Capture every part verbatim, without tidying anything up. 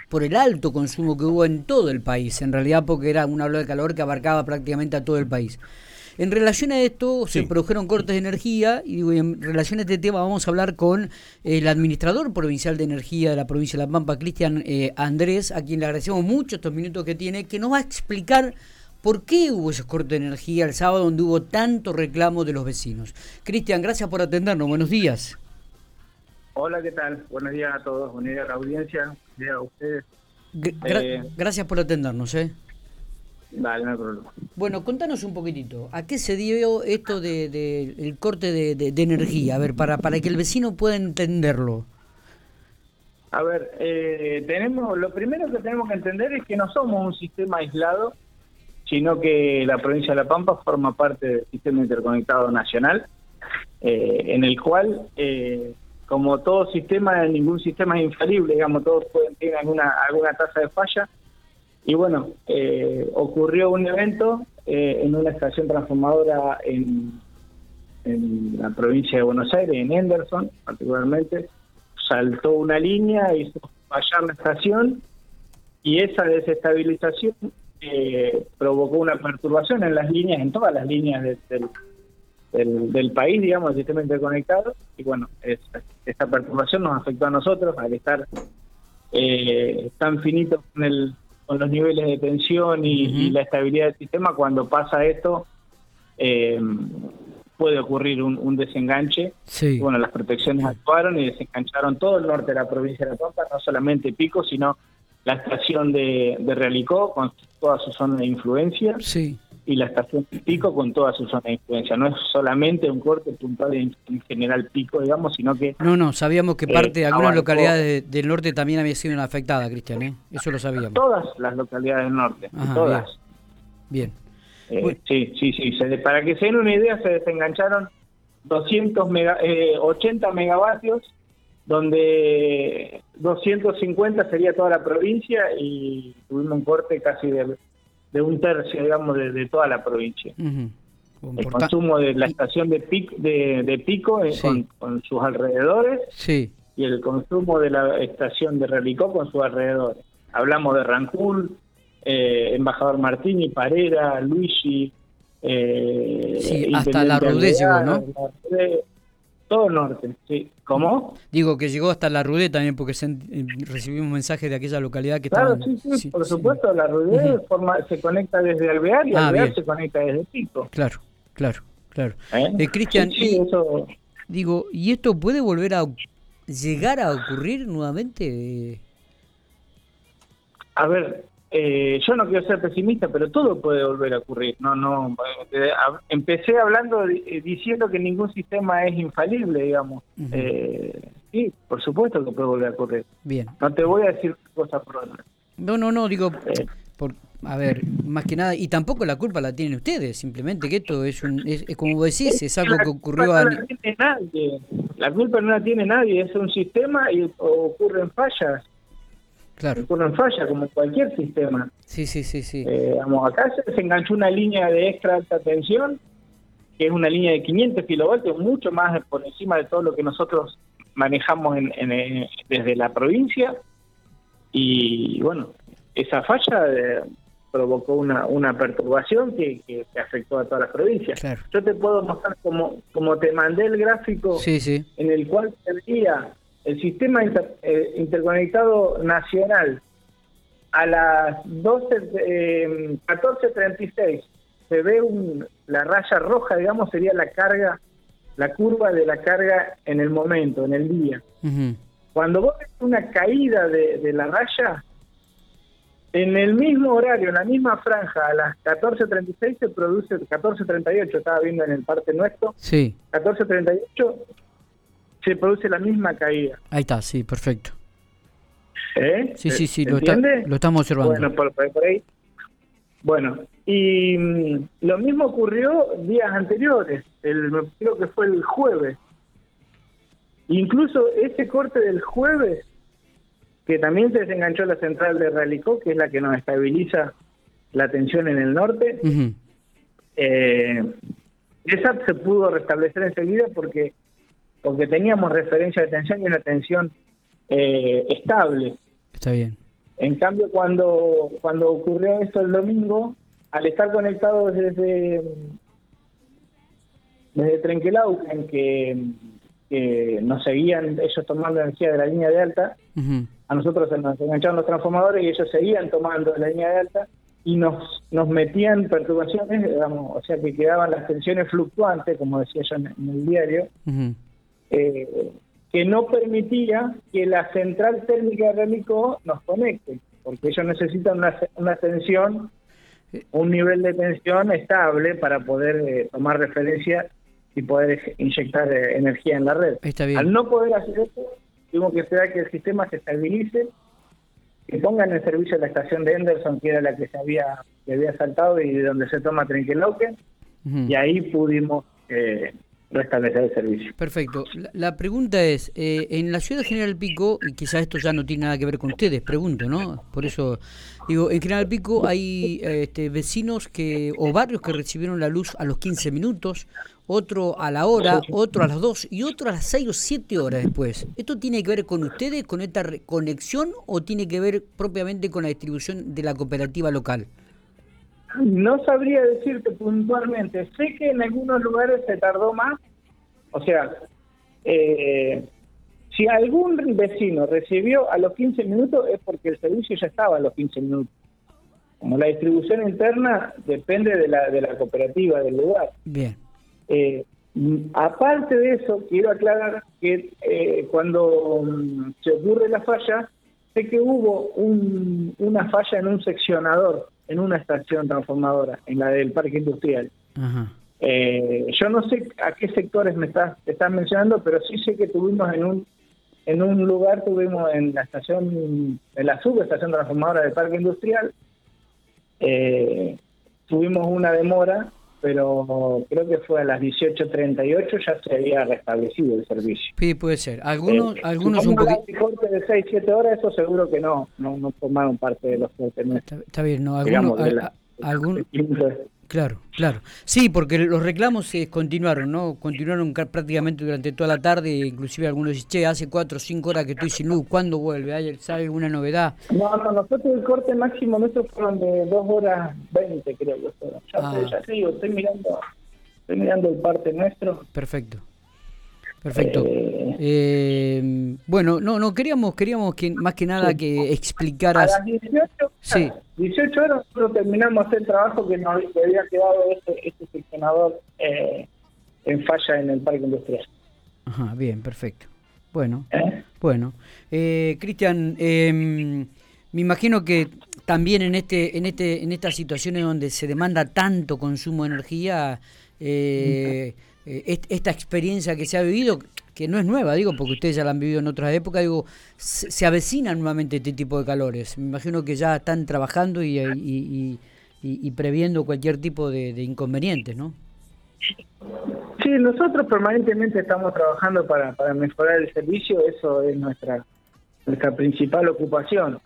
por el alto consumo que hubo en todo el país, en realidad porque era una ola de calor que abarcaba prácticamente a todo el país. En relación a esto, sí. se produjeron cortes de energía y en relación a este tema vamos a hablar con el administrador provincial de energía de la provincia de La Pampa, Cristian eh, Andrés, a quien le agradecemos mucho estos minutos que tiene, que nos va a explicar por qué hubo esos cortes de energía el sábado donde hubo tanto reclamo de los vecinos. Cristian, gracias por atendernos, buenos días. Hola, ¿qué tal? Buenos días a todos, buenos días a la audiencia, buenos días a ustedes. Gra- eh, gracias por atendernos, ¿eh? Dale, no hay problema. Bueno, contanos un poquitito, ¿a qué se dio esto de, de el corte de, de, de energía? A ver, para, para que el vecino pueda entenderlo. A ver, eh, tenemos lo primero que tenemos que entender es que no somos un sistema aislado, sino que la provincia de La Pampa forma parte del Sistema Interconectado Nacional, eh, en el cual, eh, como todo sistema, ningún sistema es infalible, digamos, todos pueden tener alguna, alguna tasa de falla. Y bueno, eh, ocurrió un evento eh, en una estación transformadora en, en la provincia de Buenos Aires, en Henderson particularmente, saltó una línea, hizo fallar la estación y esa desestabilización eh, provocó una perturbación en las líneas, en todas las líneas de, del, del, del país, digamos, del sistema interconectado. Y bueno, esa, esa perturbación nos afectó a nosotros al estar eh, tan finitos con el con los niveles de tensión y, uh-huh. y la estabilidad del sistema. Cuando pasa esto, eh, puede ocurrir un, un desenganche. Sí. Bueno, las protecciones actuaron y desengancharon todo el norte de la provincia de La Pampa, no solamente Pico, sino la estación de, de Realicó con toda su zona de influencia. Sí. Y la estación de Pico con toda su zona de influencia. No es solamente un corte puntual en, en general Pico, digamos, sino que... No, no, sabíamos que parte, eh, algunas abarcó, localidades de, del norte también había sido afectada, Cristian, ¿eh? Eso lo sabíamos. Todas las localidades del norte, Ajá, todas. Bien. bien. Eh, bueno. Sí, sí, sí. Se, para que se den una idea, se desengancharon doscientos mega, eh, ochenta megavatios, donde doscientos cincuenta sería toda la provincia y tuvimos un corte casi de... de un tercio, digamos, de, de toda la provincia. Uh-huh. El consumo de la estación de Pico, de, de Pico sí. con, con sus alrededores sí. y el consumo de la estación de Realicó con sus alrededores. Hablamos de Rancul, eh, Embajador Martini, Parera, Luigi, eh, sí, hasta la Rudé llegó, ¿no? Rudé, todo el norte, sí. ¿Cómo? Digo que llegó hasta la Rudé también, porque se, eh, recibimos mensajes de aquella localidad que claro, estaban... sí, sí, sí, por sí. supuesto, la Rudé uh-huh. forma, se conecta desde Alvear y ah, Alvear bien. se conecta desde Pico. Claro, claro, claro. ¿Eh? Eh, Cristian, sí, sí, y, eso... digo, ¿y esto puede volver a llegar a ocurrir nuevamente? A ver, eh, yo no quiero ser pesimista, pero todo puede volver a ocurrir. No, no. Eh, a, empecé hablando eh, diciendo que ningún sistema es infalible, digamos. Uh-huh. Eh, sí, por supuesto que puede volver a ocurrir. Bien. No te voy a decir cosas por otra. No, no, no, digo, eh. por, a ver, más que nada, y tampoco la culpa la tienen ustedes, simplemente que esto es, un, es, es como decís, es algo que ocurrió a... a... No la tiene nadie. La culpa no la tiene nadie, es un sistema y ocurren fallas. Claro. Ocurren fallas como cualquier sistema. Sí, sí, sí, sí. Eh, vamos, acá se enganchó una línea de extra alta tensión, que es una línea de quinientos kilovoltios, mucho más por encima de todo lo que nosotros manejamos en, en, en, desde la provincia. Y bueno, esa falla eh, provocó una, una perturbación que, que, que afectó a todas las provincias. Claro. Yo te puedo mostrar como, como te mandé el gráfico sí, sí. en el cual se veía el sistema inter, eh, interconectado nacional a las doce, eh, catorce treinta y seis se ve un, la raya roja, digamos, sería la carga, la curva de la carga en el momento, en el día. Uh-huh. Cuando vos ves una caída de, de la raya, en el mismo horario, en la misma franja, a las catorce treinta y seis se produce, catorce treinta y ocho, estaba viendo en el parte nuestro, sí. catorce treinta y ocho se produce la misma caída. Ahí está, sí, perfecto. ¿Eh? Sí, sí, sí, lo, está, lo estamos observando. Bueno, por, por ahí. Bueno, y mmm, lo mismo ocurrió días anteriores, el, creo que fue el jueves. Incluso ese corte del jueves, que también se desenganchó la central de Realicó, que es la que nos estabiliza la tensión en el norte, uh-huh. eh, esa se pudo restablecer enseguida porque porque teníamos referencia de tensión y una tensión eh, estable. Está bien. En cambio, cuando cuando ocurrió esto el domingo, al estar conectados desde, desde Trenquelauquen, que, que nos seguían ellos tomando energía de la línea de alta, uh-huh. a nosotros se nos engancharon los transformadores y ellos seguían tomando de la línea de alta y nos nos metían perturbaciones, digamos, o sea que quedaban las tensiones fluctuantes, como decía yo en, en el diario, uh-huh. eh, que no permitía que la central térmica de Remicó nos conecte, porque ellos necesitan una, una tensión, un nivel de tensión estable para poder eh, tomar referencia y poder inyectar eh, energía en la red. Está bien. Al no poder hacer eso, tuvimos que esperar que el sistema se estabilice, que pongan en servicio la estación de Henderson, que era la que se había, que había saltado y de donde se toma Trenquelauquen, uh-huh. y ahí pudimos eh, restablecer el servicio. Perfecto. La, la pregunta es, eh, en la ciudad de General Pico, y quizás esto ya no tiene nada que ver con ustedes, pregunto, ¿no? Por eso digo, en General Pico hay eh, este, vecinos que o barrios que recibieron la luz a los quince minutos, otro a la hora, otro a las dos y otro a las seis o siete horas después. ¿Esto tiene que ver con ustedes, con esta conexión, o tiene que ver propiamente con la distribución de la cooperativa local? No sabría decirte puntualmente. Sé que en algunos lugares se tardó más. O sea, eh, si algún vecino recibió a los quince minutos es porque el servicio ya estaba a los quince minutos. Como la distribución interna depende de la de la cooperativa del lugar. Bien. Eh, aparte de eso, quiero aclarar que eh, cuando um, se ocurre la falla, sé que hubo un, una falla en un seccionador, en una estación transformadora, en la del parque industrial. Ajá. Eh, yo no sé a qué sectores me estás, te estás mencionando, pero sí sé que tuvimos en un en un lugar, tuvimos en la estación, en la subestación transformadora del parque industrial, eh, tuvimos una demora, pero creo que fue a las dieciocho treinta y ocho ya se había restablecido el servicio. Sí, puede ser. Algunos, eh, algunos si un poquito. corte de seis siete horas, eso seguro que no, no, no formaron parte de los cortes. Está, está bien, no, algunos, digamos, la, algún, claro, claro. Sí, porque los reclamos se continuaron, ¿no? Continuaron prácticamente durante toda la tarde, inclusive algunos dicen, che, hace cuatro o cinco horas que estoy sin luz, ¿cuándo vuelve? ¿Hay, ¿Sabe alguna novedad? No, no, nosotros el corte máximo nuestro fueron de dos horas veinte, creo que fueron. Ya, ah. sé, ya sé, yo estoy mirando, estoy mirando el parte nuestro. Perfecto. Perfecto. Eh, eh, bueno, no, no queríamos, queríamos que más que nada sí. que explicaras. A las dieciocho, sí. dieciocho horas nosotros terminamos el trabajo que nos que había quedado este, este seccionador eh, en falla en el parque industrial. Ajá, bien, perfecto. Bueno, ¿Eh? bueno, eh, Cristian, eh, me imagino que también en este, en este, en estas situaciones donde se demanda tanto consumo de energía. Eh, uh-huh. Esta experiencia que se ha vivido, que no es nueva, digo, porque ustedes ya la han vivido en otras épocas, digo, se, se avecinan nuevamente este tipo de calores. Me imagino que ya están trabajando y, y, y, y, y previendo cualquier tipo de, de inconvenientes, ¿no? Sí, nosotros permanentemente estamos trabajando para, para mejorar el servicio, eso es nuestra nuestra principal ocupación.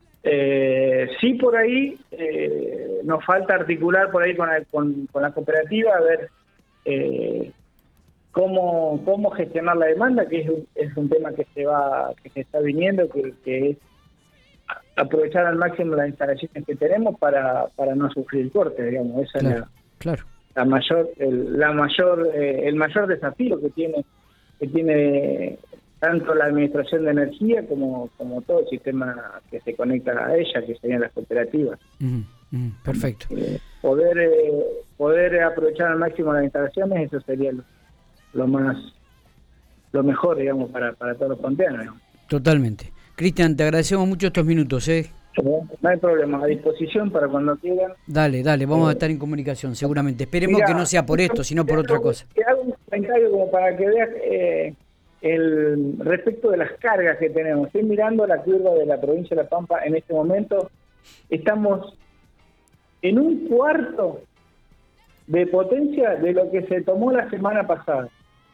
Eh, sí, por ahí eh, nos falta articular por ahí con, el, con, con la cooperativa, a ver Eh, cómo cómo gestionar la demanda, que es un, es un tema que se va que se está viniendo, que, que es aprovechar al máximo las instalaciones que tenemos para para no sufrir cortes, digamos. Esa claro, es la, claro. la mayor el, la mayor eh, el mayor desafío que tiene que tiene tanto la administración de energía como como todo el sistema que se conecta a ella, que serían las cooperativas. Uh-huh, uh-huh, perfecto. Eh, poder eh, poder aprovechar al máximo las instalaciones, eso sería lo, lo más lo mejor, digamos, para para todos los ponteanos, ¿no? Totalmente. Cristian, te agradecemos mucho estos minutos, ¿eh? No hay problema, a disposición para cuando quieran. Dale, dale, vamos eh, a estar en comunicación, seguramente. Esperemos mirá, que no sea por esto, sino por otra cosa. Te hago un comentario como para que veas eh, el respecto de las cargas que tenemos. Estoy mirando la curva de la provincia de La Pampa en este momento. Estamos en un cuarto de potencia de lo que se tomó la semana pasada.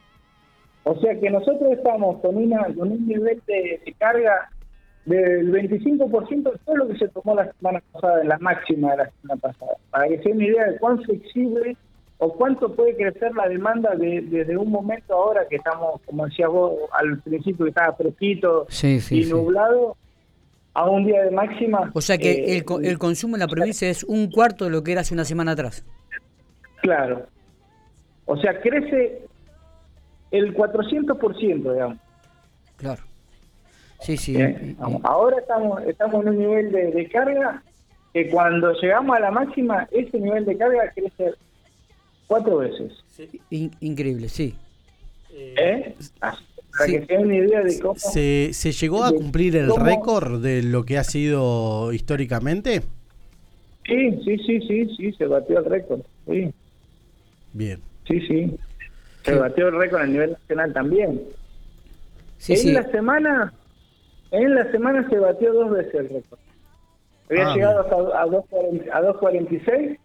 O sea que nosotros estamos con una con un nivel de, de carga del veinticinco por ciento de todo lo que se tomó la semana pasada, en la máxima de la semana pasada. Para que se den una idea de cuán flexible o cuánto puede crecer la demanda de, desde un momento ahora que estamos, como decías vos al principio, que estaba fresquito sí, sí, y nublado, a un día de máxima. O sea que eh, el, co- el consumo en la provincia es un cuarto de lo que era hace una semana atrás. Claro. O sea, crece el cuatrocientos por ciento, digamos. Claro. Sí, sí. Eh, y- y- Ahora estamos estamos en un nivel de, de carga que cuando llegamos a la máxima, ese nivel de carga crece cuatro veces. in- increíble, sí. ¿Eh? Así, para Sí. que se den una idea de cómo... ¿Se, se llegó a de cumplir el cómo- récord de lo que ha sido históricamente? Sí, sí, sí, sí, sí, se batió el récord. Sí, Bien. sí, sí. Se Sí. batió el récord a nivel nacional también. Sí, en sí. la semana, en la semana se batió dos veces el récord. Había Ah, llegado hasta a dos cuarenta a dos cuarenta y seis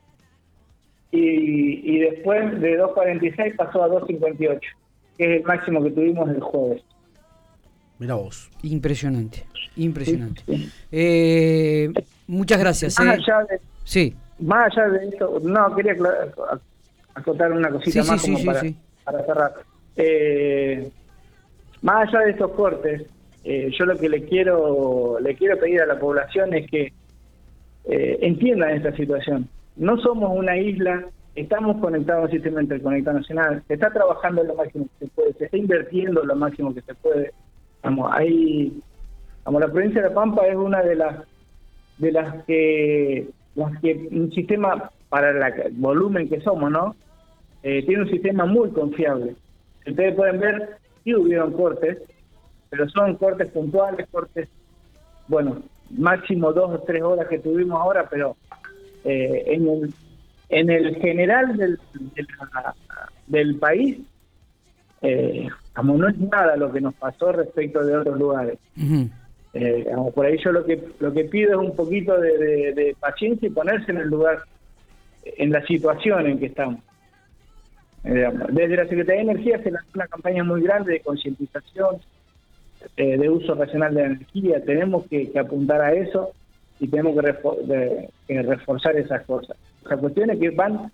y, y después de dos cuarenta y seis pasó a dos cincuenta y ocho, que es el máximo que tuvimos el jueves. Mira vos. Impresionante, impresionante. Sí, sí. Eh, muchas gracias. Más eh. allá de, Sí, más allá de esto, no, quería aclarar- ac- acotar una cosita Sí, más sí, como sí, sí, para, sí. para cerrar. Eh, más allá de estos cortes, eh, yo lo que le quiero le quiero pedir a la población es que eh, entiendan esta situación. No somos una isla, estamos conectados al sistema interconectado nacional, se está trabajando lo máximo que se puede, se está invirtiendo lo máximo que se puede. Vamos, hay, vamos, la provincia de La Pampa es una de las de las que las que un sistema para la- el volumen que somos, ¿no? Eh, tiene un sistema muy confiable. Ustedes pueden ver, sí hubieron cortes, pero son cortes puntuales, cortes, bueno, máximo dos o tres horas que tuvimos ahora, pero eh, en el en el general del, de la- del país, eh, como no es nada lo que nos pasó respecto de otros lugares. ujú, Eh, digamos, por ahí yo lo que lo que pido es un poquito de, de- de paciencia y ponerse en el lugar, en la situación en que estamos. Eh, digamos, desde la Secretaría de Energía se lanzó una campaña muy grande de concientización, eh, de uso racional de la energía. Tenemos que, que apuntar a eso y tenemos que, refor- de- que reforzar esas cosas. O sea, cuestiones que van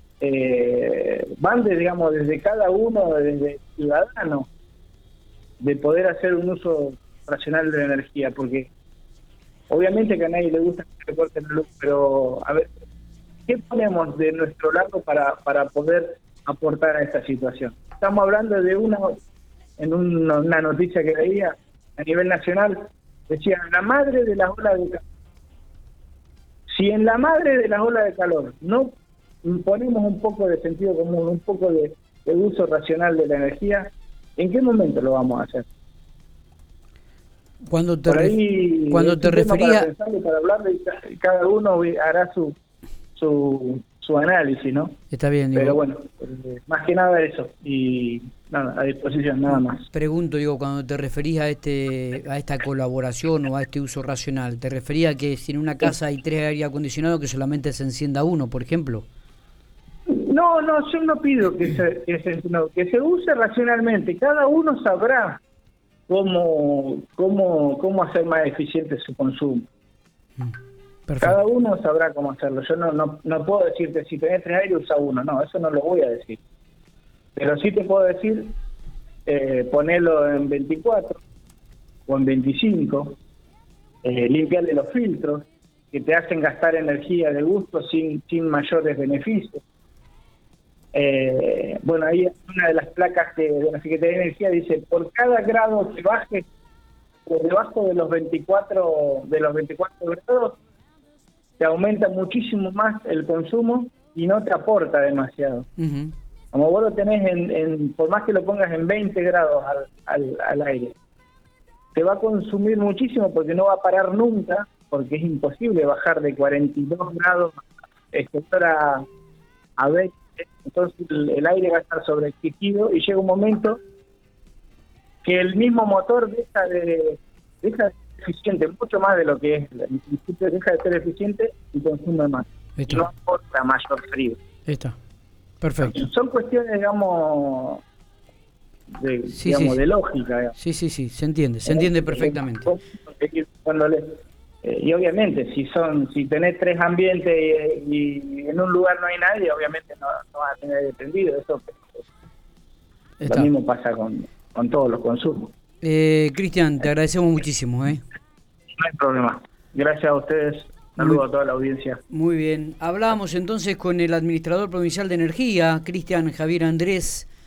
eh, van de, digamos, desde cada uno, desde el ciudadano, de poder hacer un uso racional de la energía, porque obviamente que a nadie le gusta que se corte la luz, pero a ver, ¿qué ponemos de nuestro lado para, para poder aportar a esta situación? Estamos hablando de una, en una, una noticia que veía a nivel nacional, decía, la madre de las olas de calor. Si en la madre de las olas de calor no ponemos un poco de sentido común, un poco de, de uso racional de la energía, ¿en qué momento lo vamos a hacer? Cuando te, Por ref- ahí cuando es te un tema refería... para pensarlo, para hablarlo, y ca- y cada uno hará su su, su análisis, ¿no? Está bien, digo, Pero bueno, eh, más que nada eso, y nada, a disposición, nada más. pregunto, digo, cuando te referís a este a esta colaboración o a este uso racional, ¿te refería a que si en una casa hay tres aire acondicionados que solamente se encienda uno, por ejemplo? No, no, yo no pido que se, que se, no, que se use racionalmente, cada uno sabrá cómo, cómo, cómo hacer más eficiente su consumo. Perfecto. Cada uno sabrá cómo hacerlo. Yo no, no, no puedo decirte, si tenés tres aires, usa uno. No, eso no lo voy a decir. Pero sí te puedo decir, eh, ponerlo en veinticuatro o en veinticinco, eh, limpiarle los filtros, que te hacen gastar energía de gusto sin, sin mayores beneficios. Eh, bueno, ahí una de las placas que de la Secretaría de Energía dice, por cada grado que baje por debajo de los veinticuatro de los veinticuatro grados, te aumenta muchísimo más el consumo y no te aporta demasiado. Ujú. Como vos lo tenés, en, en por más que lo pongas en veinte grados al, al, al aire, te va a consumir muchísimo porque no va a parar nunca, porque es imposible bajar de cuarenta y dos grados exceptor a, a veinte. Entonces el, el aire va a estar sobreexigido y llega un momento que el mismo motor deja de, deja de ser eficiente, mucho más de lo que es. En principio deja de ser eficiente y consume más. Ahí está. Y no aporta mayor frío. Ahí está. Perfecto. Son cuestiones, digamos, de, Sí, digamos, sí, de sí. lógica. Digamos. Sí, sí, sí, se entiende, se entiende perfectamente. Cuando le, eh, y obviamente, si son si tenés tres ambientes y, y en un lugar no hay nadie, obviamente no, no vas a tener aire prendido. Eso Está. lo mismo pasa con, con todos los consumos. Eh, Cristian, te agradecemos muchísimo, ¿eh? No hay problema. Gracias a ustedes. Saludos a toda la audiencia. Muy bien. Hablábamos entonces con el administrador provincial de energía, Cristian Javier Andrés